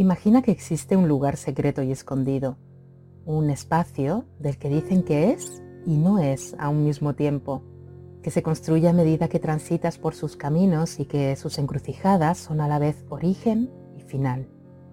Imagina que existe un lugar secreto y escondido, un espacio del que dicen que es y no es a un mismo tiempo, que se construye a medida que transitas por sus caminos y que sus encrucijadas son a la vez origen y final.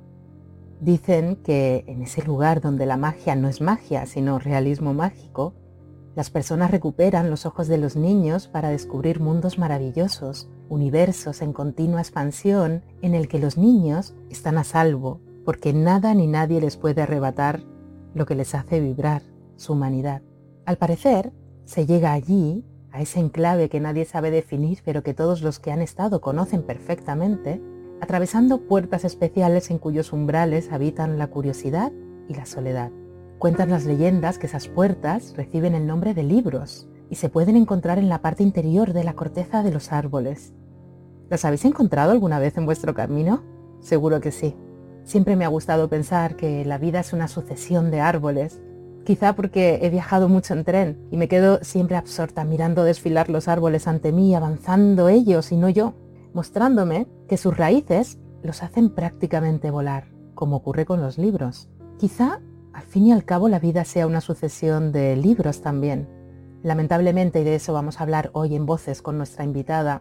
Dicen que en ese lugar donde la magia no es magia, sino realismo mágico, las personas recuperan los ojos de los niños para descubrir mundos maravillosos, universos en continua expansión en el que los niños están a salvo, porque nada ni nadie les puede arrebatar lo que les hace vibrar, su humanidad. Al parecer, se llega allí, a ese enclave que nadie sabe definir, pero que todos los que han estado conocen perfectamente, atravesando puertas especiales en cuyos umbrales habitan la curiosidad y la soledad. Cuentan las leyendas que esas puertas reciben el nombre de libros y se pueden encontrar en la parte interior de la corteza de los árboles. ¿Los habéis encontrado alguna vez en vuestro camino? Seguro que sí. Siempre me ha gustado pensar que la vida es una sucesión de árboles, quizá porque he viajado mucho en tren y me quedo siempre absorta mirando desfilar los árboles ante mí, avanzando ellos y no yo, mostrándome que sus raíces los hacen prácticamente volar, como ocurre con los libros. Quizá al fin y al cabo la vida sea una sucesión de libros también. Lamentablemente, y de eso vamos a hablar hoy en Voces con nuestra invitada,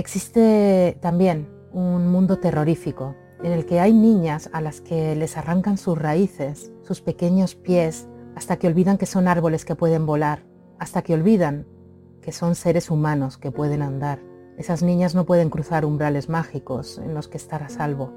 existe también un mundo terrorífico en el que hay niñas a las que les arrancan sus raíces, sus pequeños pies, hasta que olvidan que son árboles que pueden volar, hasta que olvidan que son seres humanos que pueden andar. Esas niñas no pueden cruzar umbrales mágicos en los que estar a salvo.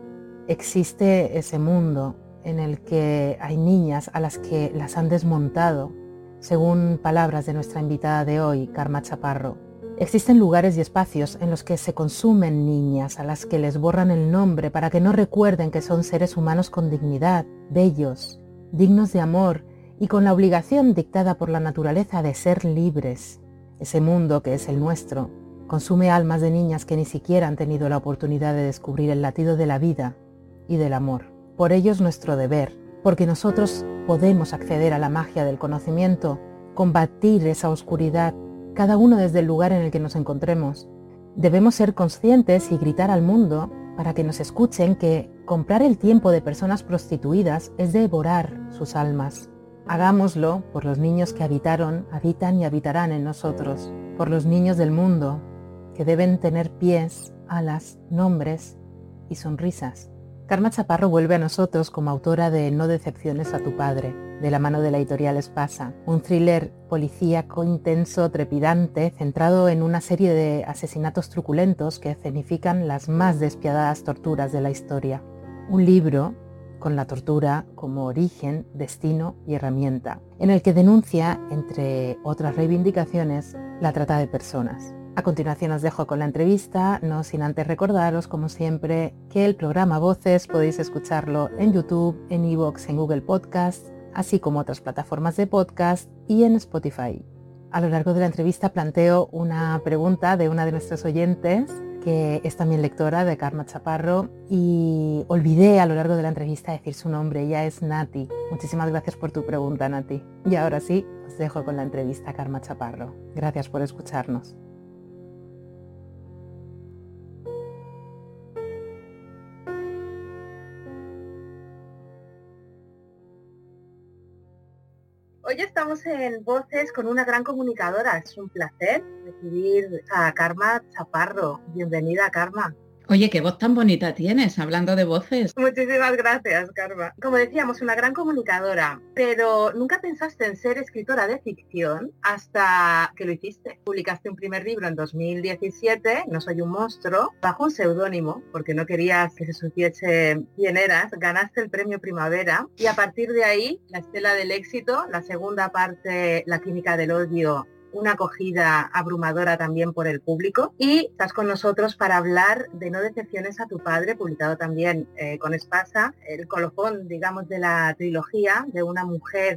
Existe ese mundo en el que hay niñas a las que las han desmontado, según palabras de nuestra invitada de hoy, Karma Chaparro. Existen lugares y espacios en los que se consumen niñas a las que les borran el nombre para que no recuerden que son seres humanos con dignidad, bellos, dignos de amor y con la obligación dictada por la naturaleza de ser libres. Ese mundo que es el nuestro consume almas de niñas que ni siquiera han tenido la oportunidad de descubrir el latido de la vida y del amor. Por ello es nuestro deber, porque nosotros podemos acceder a la magia del conocimiento, combatir esa oscuridad, cada uno desde el lugar en el que nos encontremos. Debemos ser conscientes y gritar al mundo para que nos escuchen que comprar el tiempo de personas prostituidas es devorar sus almas. Hagámoslo por los niños que habitan y habitarán en nosotros, por los niños del mundo, que deben tener pies, alas, nombres y sonrisas. Karma Chaparro vuelve a nosotros como autora de No decepciones a tu padre, de la mano de la editorial Espasa, un thriller policíaco, intenso, trepidante, centrado en una serie de asesinatos truculentos que escenifican las más despiadadas torturas de la historia. Un libro con la tortura como origen, destino y herramienta, en el que denuncia, entre otras reivindicaciones, la trata de personas. A continuación os dejo con la entrevista, no sin antes recordaros, como siempre, que el programa Voces podéis escucharlo en YouTube, en iVoox, en Google Podcast, así como otras plataformas de podcast y en Spotify. A lo largo de la entrevista planteo una pregunta de una de nuestros oyentes, que es también lectora de Karma Chaparro, y olvidé a lo largo de la entrevista decir su nombre. Ella es Nati. Muchísimas gracias por tu pregunta, Nati. Y ahora sí, os dejo con la entrevista a Karma Chaparro. Gracias por escucharnos. Hoy estamos en Voces con una gran comunicadora. Es un placer recibir a Karma Chaparro. Bienvenida, Karma. Oye, qué voz tan bonita tienes, hablando de voces. Muchísimas gracias, Karma. Como decíamos, una gran comunicadora, pero nunca pensaste en ser escritora de ficción hasta que lo hiciste. Publicaste un primer libro en 2017, No soy un monstruo, bajo un seudónimo, porque no querías que se supiese quién eras. Ganaste el premio Primavera y a partir de ahí, La estela del éxito, la segunda parte, La clínica del odio, una acogida abrumadora también por el público, y estás con nosotros para hablar de No decepciones a tu padre, publicado también con Espasa, el colofón, digamos, de la trilogía de una mujer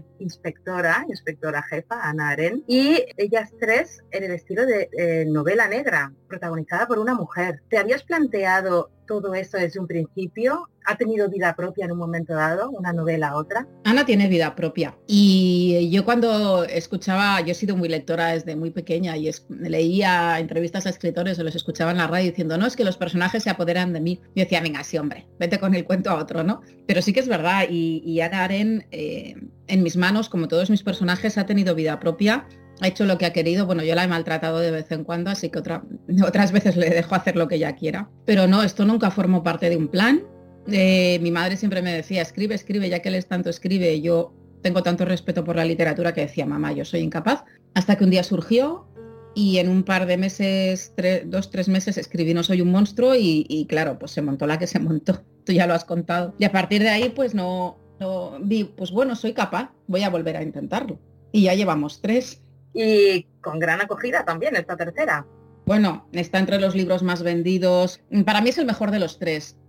inspectora jefa, Ana Aren, y ellas tres en el estilo de novela negra. protagonizada por una mujer. ¿Te habías planteado todo esto desde un principio? ¿Ha tenido vida propia en un momento dado, una novela a otra? Ana tiene vida propia y yo cuando escuchaba, yo he sido muy lectora desde muy pequeña y leía entrevistas a escritores o los escuchaba en la radio diciendo, no, es que los personajes se apoderan de mí. Yo decía, venga, sí, hombre, vete con el cuento a otro, ¿no? Pero sí que es verdad y Ana Aren en mis manos, como todos mis personajes, ha tenido vida propia. Ha hecho lo que ha querido, bueno, yo la he maltratado de vez en cuando, así que otras veces le dejo hacer lo que ella quiera. Pero no, esto nunca formó parte de un plan. Mi madre siempre me decía, escribe, escribe, ya que lees tanto, escribe. Yo tengo tanto respeto por la literatura que decía, mamá, yo soy incapaz. Hasta que un día surgió y en un par de meses, 2, 3 meses, escribí No soy un monstruo y claro, pues se montó la que se montó. Tú ya lo has contado. Y a partir de ahí, pues no vi, pues bueno, soy capaz, voy a volver a intentarlo. Y ya llevamos 3. Y con gran acogida también esta tercera. Bueno, está entre los libros más vendidos. Para mí es el mejor de los 3.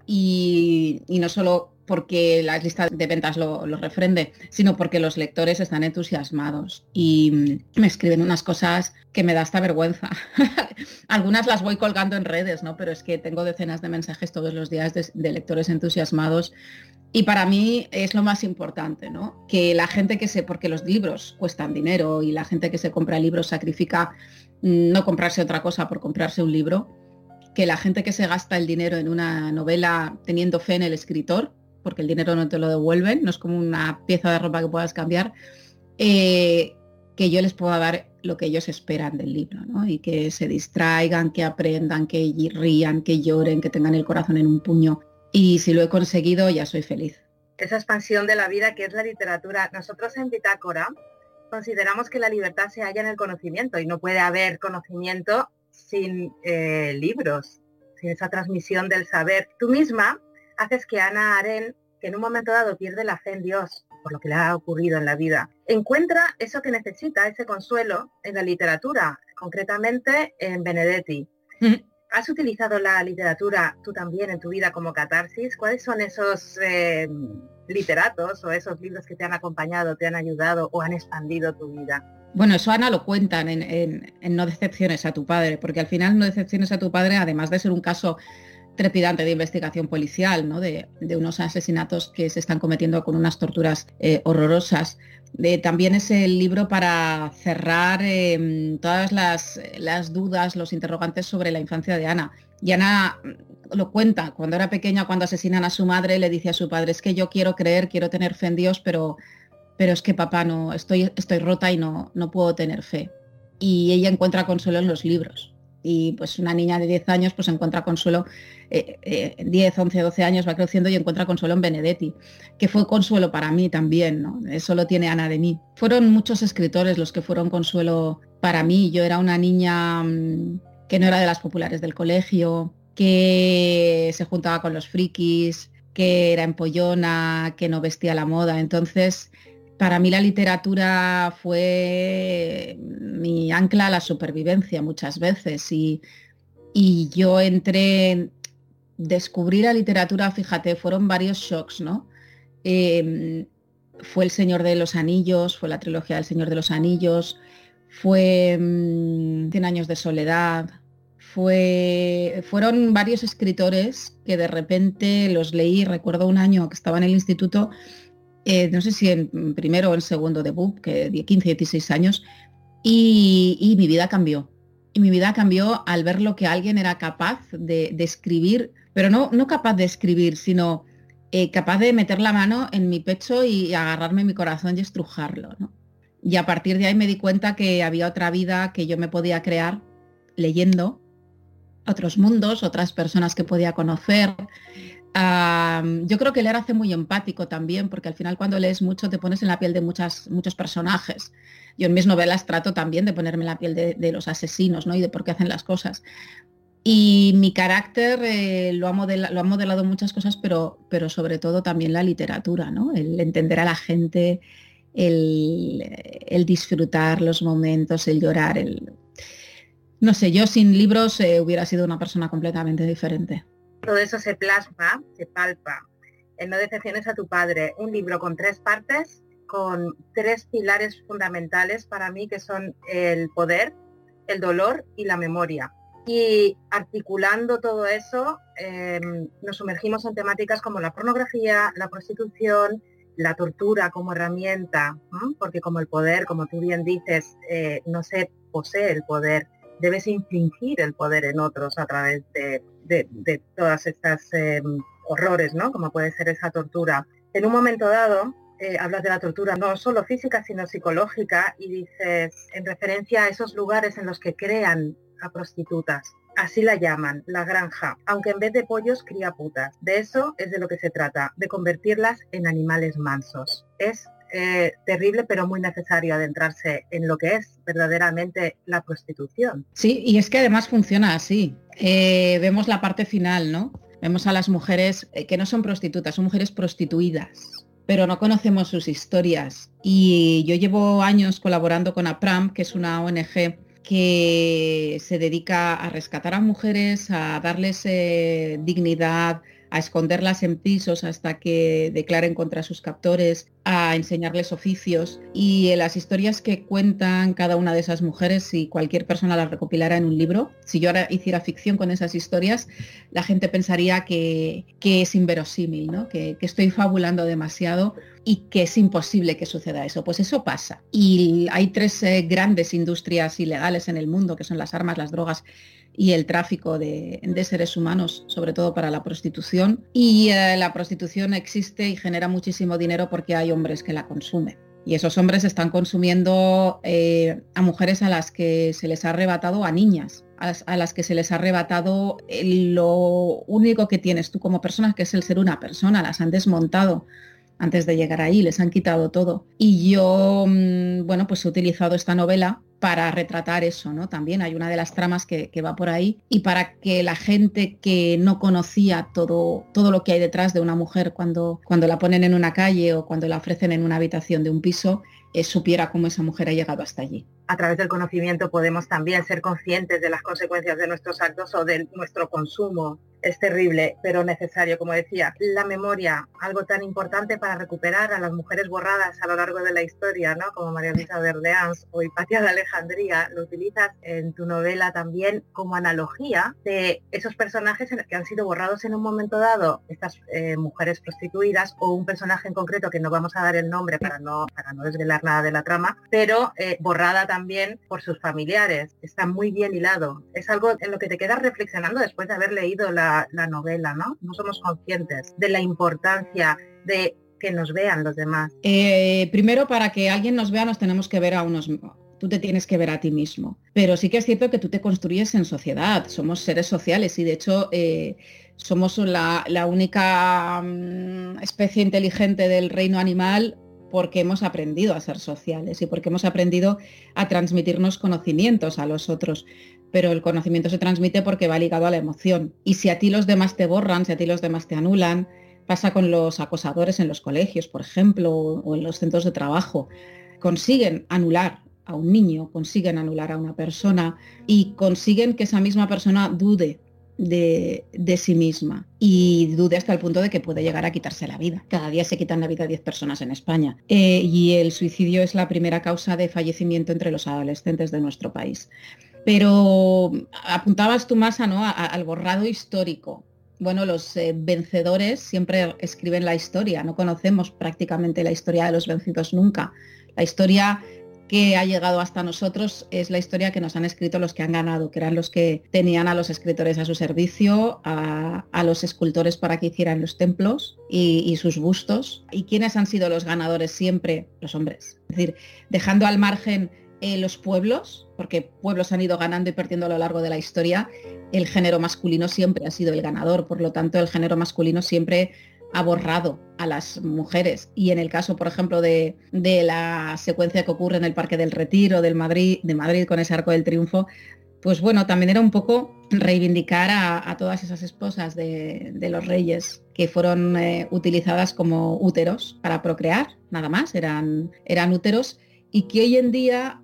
Y no solo porque las listas de ventas lo refrende, sino porque los lectores están entusiasmados y me escriben unas cosas que me da hasta vergüenza. Algunas las voy colgando en redes, ¿no? Pero es que tengo decenas de mensajes todos los días de lectores entusiasmados. Y para mí es lo más importante, ¿no? Que la gente porque los libros cuestan dinero y la gente que se compra libros sacrifica no comprarse otra cosa por comprarse un libro, que la gente que se gasta el dinero en una novela teniendo fe en el escritor, porque el dinero no te lo devuelven, no es como una pieza de ropa que puedas cambiar, que yo les pueda dar lo que ellos esperan del libro, ¿no? Y que se distraigan, que aprendan, que rían, que lloren, que tengan el corazón en un puño. Y si lo he conseguido, ya soy feliz. Esa expansión de la vida que es la literatura. Nosotros en Bitácora consideramos que la libertad se halla en el conocimiento y no puede haber conocimiento sin libros, sin esa transmisión del saber. Tú misma haces que Ana Aren, que en un momento dado pierde la fe en Dios por lo que le ha ocurrido en la vida, encuentra eso que necesita, ese consuelo en la literatura, concretamente en Benedetti. ¿Has utilizado la literatura tú también en tu vida como catarsis? ¿Cuáles son esos literatos o esos libros que te han acompañado, te han ayudado o han expandido tu vida? Bueno, eso Ana lo cuentan en No decepciones a tu padre, porque al final No decepciones a tu padre, además de ser un caso trepidante de investigación policial, ¿no? de unos asesinatos que se están cometiendo con unas torturas horrorosas. También es el libro para cerrar todas las dudas, los interrogantes sobre la infancia de Ana. Y Ana lo cuenta, cuando era pequeña, cuando asesinan a su madre, le dice a su padre, es que yo quiero creer, quiero tener fe en Dios, pero es que papá, no, estoy rota y no puedo tener fe. Y ella encuentra consuelo en los libros. Y pues una niña de 10 años pues encuentra consuelo, 10, 11, 12 años va creciendo y encuentra consuelo en Benedetti, que fue consuelo para mí también, ¿no? Eso lo tiene Ana de mí. Fueron muchos escritores los que fueron consuelo para mí. Yo era una niña que no era de las populares del colegio, que se juntaba con los frikis, que era empollona, que no vestía la moda. Entonces, para mí la literatura fue mi ancla a la supervivencia muchas veces y yo descubrí la literatura, fíjate, fueron varios shocks, ¿no? Fue El Señor de los Anillos, fue la trilogía del Señor de los Anillos, fue 100 años de soledad, fueron varios escritores que de repente los leí, recuerdo un año que estaba en el instituto, no sé si en primero o en segundo de BUP, que de 15, 16 años, y mi vida cambió. Y mi vida cambió al ver lo que alguien era capaz de escribir, pero no capaz de escribir, sino capaz de meter la mano en mi pecho y agarrarme mi corazón y estrujarlo, ¿no? Y a partir de ahí me di cuenta que había otra vida que yo me podía crear leyendo, otros mundos, otras personas que podía conocer. Yo creo que leer hace muy empático también, porque al final cuando lees mucho te pones en la piel de muchos personajes. Yo en mis novelas trato también de ponerme en la piel de los asesinos, ¿no? Y de por qué hacen las cosas. Y mi carácter lo ha modelado muchas cosas, pero sobre todo también la literatura, ¿no? El entender a la gente, el disfrutar los momentos, el llorar. No sé, yo sin libros hubiera sido una persona completamente diferente. Todo eso se plasma, se palpa en No decepciones a tu padre, un libro con 3 partes, con 3 pilares fundamentales para mí, que son el poder, el dolor y la memoria. Y articulando todo eso, nos sumergimos en temáticas como la pornografía, la prostitución, la tortura como herramienta, ¿no? Porque como el poder, como tú bien dices, no se posee el poder, debes infligir el poder en otros a través de todas estas horrores, ¿no? Como puede ser esa tortura. En un momento dado, hablas de la tortura no solo física, sino psicológica, y dices, en referencia a esos lugares en los que crean a prostitutas. Así la llaman, la granja, aunque en vez de pollos cría putas. De eso es de lo que se trata, de convertirlas en animales mansos. Es terrible, pero muy necesario adentrarse en lo que es verdaderamente la prostitución. Sí, y es que además funciona así. Vemos la parte final, ¿no? Vemos a las mujeres que no son prostitutas, son mujeres prostituidas, pero no conocemos sus historias. Y yo llevo años colaborando con APRAM, que es una ONG que se dedica a rescatar a mujeres, a darles dignidad, a esconderlas en pisos hasta que declaren contra sus captores, a enseñarles oficios. Y las historias que cuentan cada una de esas mujeres, si cualquier persona las recopilara en un libro, si yo ahora hiciera ficción con esas historias, la gente pensaría que es inverosímil, ¿no? Que estoy fabulando demasiado y que es imposible que suceda eso. Pues eso pasa. Y hay tres grandes industrias ilegales en el mundo, que son las armas, las drogas y el tráfico de seres humanos, sobre todo para la prostitución. Y la prostitución existe y genera muchísimo dinero porque hay hombres que la consumen. Y esos hombres están consumiendo a mujeres a las que se les ha arrebatado, a niñas, a las que se les ha arrebatado lo único que tienes tú como persona, que es el ser una persona. Las han desmontado antes de llegar ahí, les han quitado todo. Y yo, bueno, pues he utilizado esta novela para retratar eso, ¿no? También hay una de las tramas que va por ahí, y para que la gente que no conocía todo lo que hay detrás de una mujer cuando la ponen en una calle o cuando la ofrecen en una habitación de un piso, supiera cómo esa mujer ha llegado hasta allí. A través del conocimiento podemos también ser conscientes de las consecuencias de nuestros actos o de nuestro consumo. Es terrible, pero necesario, como decía. La memoria, algo tan importante para recuperar a las mujeres borradas a lo largo de la historia, ¿no? Como María Luisa de Orleans o Hipatia de Alejandría. Lo utilizas en tu novela también como analogía de esos personajes que han sido borrados en un momento dado, estas mujeres prostituidas, o un personaje en concreto que no vamos a dar el nombre para no desvelar nada de la trama, pero borrada también por sus familiares. Está muy bien hilado. Es algo en lo que te quedas reflexionando después de haber leído la novela, ¿no? No somos conscientes de la importancia de que nos vean los demás. Primero, para que alguien nos vea, nos tenemos que ver a unos... Tú te tienes que ver a ti mismo. Pero sí que es cierto que tú te construyes en sociedad. Somos seres sociales y, de hecho, somos la única especie inteligente del reino animal, porque hemos aprendido a ser sociales y porque hemos aprendido a transmitirnos conocimientos a los otros. Pero el conocimiento se transmite porque va ligado a la emoción. Y si a ti los demás te borran, si a ti los demás te anulan, pasa con los acosadores en los colegios, por ejemplo, o en los centros de trabajo. Consiguen anular a un niño, consiguen anular a una persona y consiguen que esa misma persona dude de sí misma, y dude hasta el punto de que puede llegar a quitarse la vida. Cada día se quitan la vida 10 personas en España, y el suicidio es la primera causa de fallecimiento entre los adolescentes de nuestro país. Pero apuntabas tú, Masa, ¿no? Al borrado histórico. Bueno, los vencedores siempre escriben la historia. No conocemos prácticamente la historia de los vencidos nunca. La historia que ha llegado hasta nosotros es la historia que nos han escrito los que han ganado, que eran los que tenían a los escritores a su servicio, a los escultores para que hicieran los templos y sus bustos. ¿Y quiénes han sido los ganadores siempre? Los hombres. Es decir, dejando al margen los pueblos, porque pueblos han ido ganando y perdiendo a lo largo de la historia, el género masculino siempre ha sido el ganador. Por lo tanto, el género masculino siempre ha borrado a las mujeres. Y en el caso, por ejemplo, de la secuencia que ocurre en el Parque del Retiro de Madrid con ese Arco del Triunfo, pues bueno, también era un poco reivindicar a todas esas esposas de los reyes que fueron utilizadas como úteros para procrear, nada más, eran úteros, y que hoy en día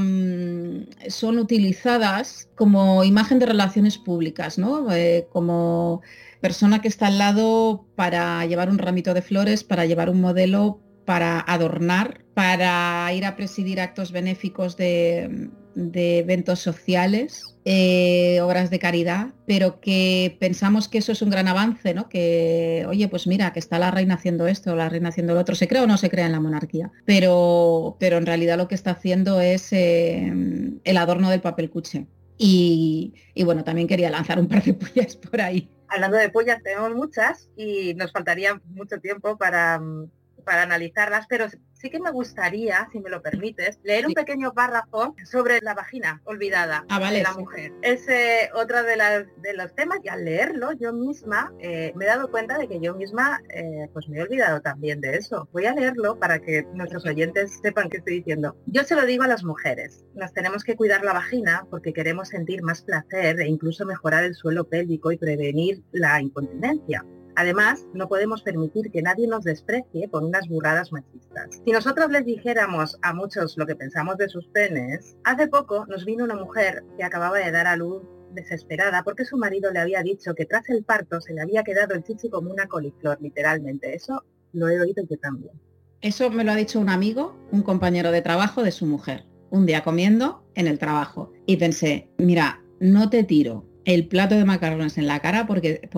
son utilizadas como imagen de relaciones públicas, ¿no? Como persona que está al lado para llevar un ramito de flores, para llevar un modelo, para adornar, para ir a presidir actos benéficos de de eventos sociales, obras de caridad, pero que pensamos que eso es un gran avance, ¿no? Que, oye, pues mira, que está la reina haciendo esto, la reina haciendo lo otro, se crea o no se crea en la monarquía, pero en realidad lo que está haciendo es el adorno del papel cuché. Y bueno, también quería lanzar un par de pullas por ahí. Hablando de pullas, tenemos muchas y nos faltaría mucho tiempo para analizarlas, pero sí que me gustaría, si me lo permites, leer un pequeño párrafo sobre la vagina olvidada de la mujer. Es otra de los temas, y al leerlo yo misma me he dado cuenta de que yo misma pues me he olvidado también de eso. Voy a leerlo para que nuestros oyentes sepan qué estoy diciendo. Yo se lo digo a las mujeres, nos tenemos que cuidar la vagina porque queremos sentir más placer e incluso mejorar el suelo pélvico y prevenir la incontinencia. Además, no podemos permitir que nadie nos desprecie con unas burradas machistas. Si nosotros les dijéramos a muchos lo que pensamos de sus penes, hace poco nos vino una mujer que acababa de dar a luz desesperada porque su marido le había dicho que tras el parto se le había quedado el chichi como una coliflor, literalmente. Eso lo he oído yo también. Eso me lo ha dicho un amigo, un compañero de trabajo de su mujer, un día comiendo en el trabajo. Y pensé, mira, no te tiro el plato de macarrones en la cara porque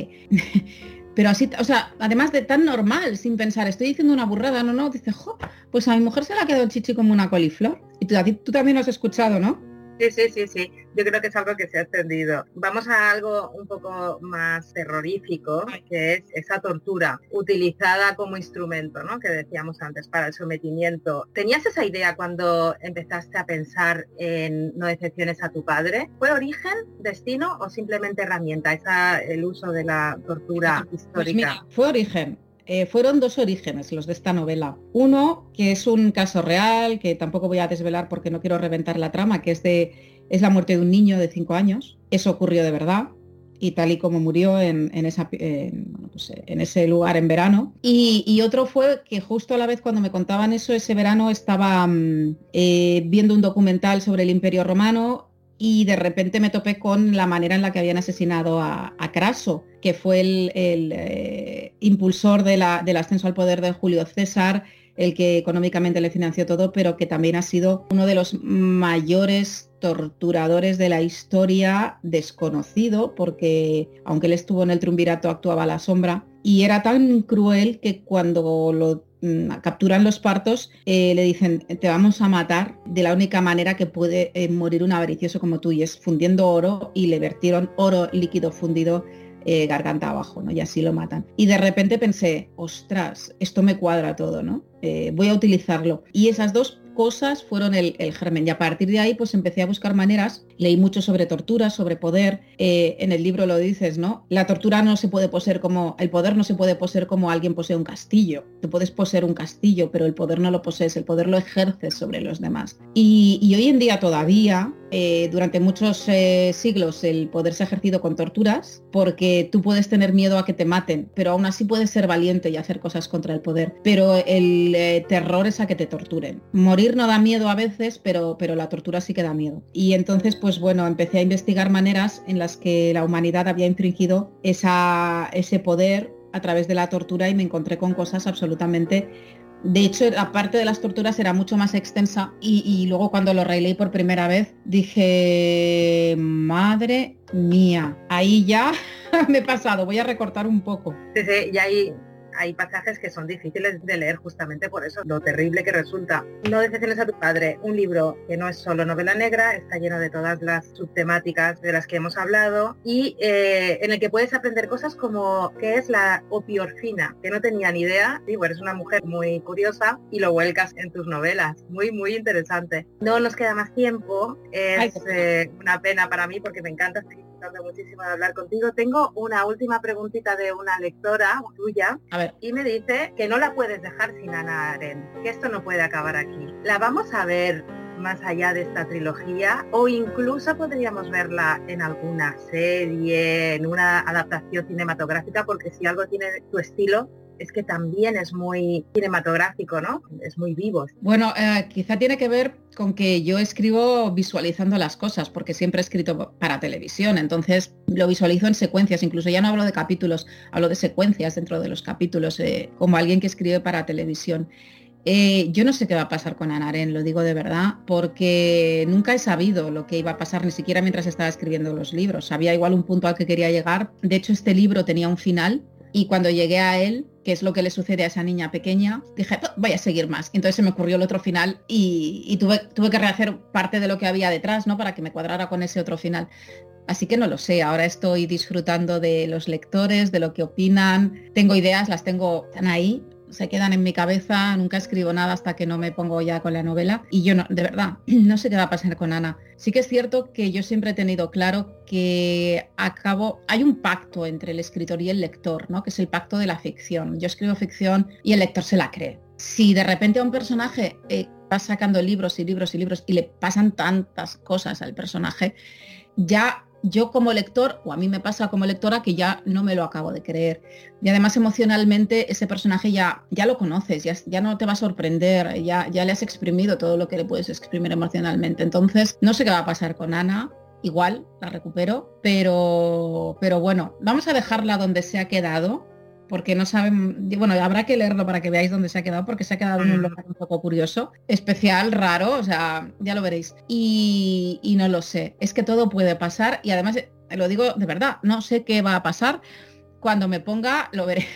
pero así, o sea, además de tan normal, sin pensar, estoy diciendo una burrada, no, dice, jo, pues a mi mujer se le ha quedado el chichi como una coliflor. Y tú también lo has escuchado, ¿no? Sí. Yo creo que es algo que se ha extendido. Vamos a algo un poco más terrorífico, que es esa tortura utilizada como instrumento, ¿no? Que decíamos antes, para el sometimiento. ¿Tenías esa idea cuando empezaste a pensar en No decepciones a tu padre? ¿Fue origen, destino o simplemente herramienta, el uso de la tortura histórica? Pues mira, fue origen. Fueron dos orígenes los de esta novela. Uno, que es un caso real, que tampoco voy a desvelar porque no quiero reventar la trama, que es la muerte de un niño de 5 años. Eso ocurrió de verdad, y tal y como murió en ese lugar en verano. Y otro fue que justo a la vez cuando me contaban eso, ese verano estaba viendo un documental sobre el Imperio Romano, y de repente me topé con la manera en la que habían asesinado a Craso, que fue el impulsor del ascenso al poder de Julio César, el que económicamente le financió todo, pero que también ha sido uno de los mayores torturadores de la historia, desconocido, porque aunque él estuvo en el triunvirato actuaba a la sombra, y era tan cruel que cuando lo capturan los partos, le dicen, te vamos a matar de la única manera que puede morir un avaricioso como tú, y es fundiendo oro, y le vertieron oro líquido fundido garganta abajo, ¿no? Y así lo matan. Y de repente pensé, ostras, esto me cuadra todo, ¿no? Voy a utilizarlo. Y esas dos cosas fueron el germen. Y a partir de ahí pues empecé a buscar maneras. Leí mucho sobre tortura, sobre poder. En el libro lo dices, ¿no? La tortura no se puede poseer como... El poder no se puede poseer como alguien posee un castillo. Tú puedes poseer un castillo, pero el poder no lo posees. El poder lo ejerces sobre los demás. Y hoy en día todavía, durante muchos siglos, el poder se ha ejercido con torturas, porque tú puedes tener miedo a que te maten, pero aún así puedes ser valiente y hacer cosas contra el poder. Pero el terror es a que te torturen. Morir no da miedo a veces, pero la tortura sí que da miedo. Y entonces, pues bueno, empecé a investigar maneras en las que la humanidad había infringido ese poder a través de la tortura, y me encontré con cosas absolutamente... De hecho, la parte de las torturas era mucho más extensa, y luego cuando lo releí por primera vez dije, madre mía, ahí ya me he pasado, voy a recortar un poco. Sí, y hay pasajes que son difíciles de leer justamente por eso, lo terrible que resulta. No decepciones a tu padre, un libro que no es solo novela negra, está lleno de todas las subtemáticas de las que hemos hablado, y en el que puedes aprender cosas como qué es la opiorfina, que no tenía ni idea. Digo, eres una mujer muy curiosa y lo vuelcas en tus novelas. Muy, muy interesante. No nos queda más tiempo, es una pena para mí porque me encanta, estoy disfrutando muchísimo de hablar contigo. Tengo una última preguntita de una lectora tuya. A ver. Y me dice que no la puedes dejar sin Hannah Arendt, que esto no puede acabar aquí. ¿La vamos a ver más allá de esta trilogía, o incluso podríamos verla en alguna serie, en una adaptación cinematográfica? Porque si algo tiene tu estilo es que también es muy cinematográfico, ¿no? Es muy vivo. Bueno, quizá tiene que ver con que yo escribo visualizando las cosas, porque siempre he escrito para televisión, entonces lo visualizo en secuencias. Incluso ya no hablo de capítulos, hablo de secuencias dentro de los capítulos, como alguien que escribe para televisión. Yo no sé qué va a pasar con Hannah Arendt, lo digo de verdad, porque nunca he sabido lo que iba a pasar, ni siquiera mientras estaba escribiendo los libros. Sabía igual un punto al que quería llegar. De hecho, este libro tenía un final y cuando llegué a él, que es lo que le sucede a esa niña pequeña, dije, voy a seguir más. Entonces se me ocurrió el otro final y tuve que rehacer parte de lo que había detrás, ¿no? Para que me cuadrara con ese otro final. Así que no lo sé, ahora estoy disfrutando de los lectores, de lo que opinan. Tengo ideas, están ahí, se quedan en mi cabeza, nunca escribo nada hasta que no me pongo ya con la novela. Y yo no, de verdad, no sé qué va a pasar con Ana. Sí que es cierto que yo siempre he tenido claro que hay un pacto entre el escritor y el lector, ¿no? Que es el pacto de la ficción. Yo escribo ficción y el lector se la cree. Si de repente a un personaje va sacando libros y libros y libros y le pasan tantas cosas al personaje, ya yo como lector, o a mí me pasa como lectora, que ya no me lo acabo de creer. Y además emocionalmente ese personaje ya lo conoces, ya no te va a sorprender, ya le has exprimido todo lo que le puedes exprimir emocionalmente. Entonces, no sé qué va a pasar con Ana, igual la recupero, pero bueno, vamos a dejarla donde se ha quedado, porque no saben, bueno, habrá que leerlo para que veáis dónde se ha quedado, porque se ha quedado en un lugar un poco curioso, especial, raro, o sea, ya lo veréis. Y no lo sé, es que todo puede pasar y además, lo digo de verdad, no sé qué va a pasar, cuando me ponga lo veré.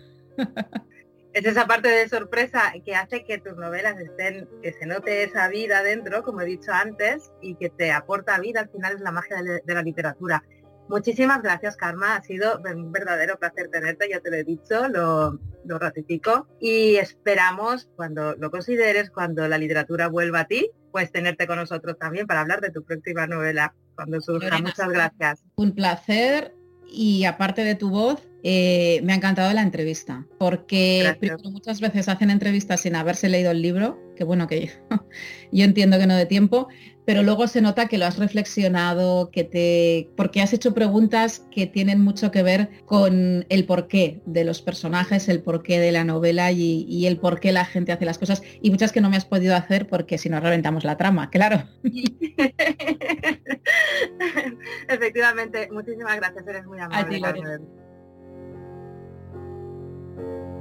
Es esa parte de sorpresa que hace que tus novelas que se note esa vida dentro, como he dicho antes, y que te aporta vida, al final es la magia de la literatura. Muchísimas gracias, Karma, ha sido un verdadero placer tenerte, ya te lo he dicho, lo ratifico, y esperamos, cuando lo consideres, cuando la literatura vuelva a ti, pues tenerte con nosotros también para hablar de tu próxima novela, cuando surja. Lorena, muchas gracias. Un placer, y aparte de tu voz, me ha encantado la entrevista, porque primero, muchas veces hacen entrevistas sin haberse leído el libro, que bueno, que yo entiendo que no dé tiempo, pero luego se nota que lo has reflexionado, porque has hecho preguntas que tienen mucho que ver con el porqué de los personajes, el porqué de la novela y el porqué la gente hace las cosas, y muchas que no me has podido hacer porque si no reventamos la trama, claro. Efectivamente, muchísimas gracias, eres muy amable. A ti,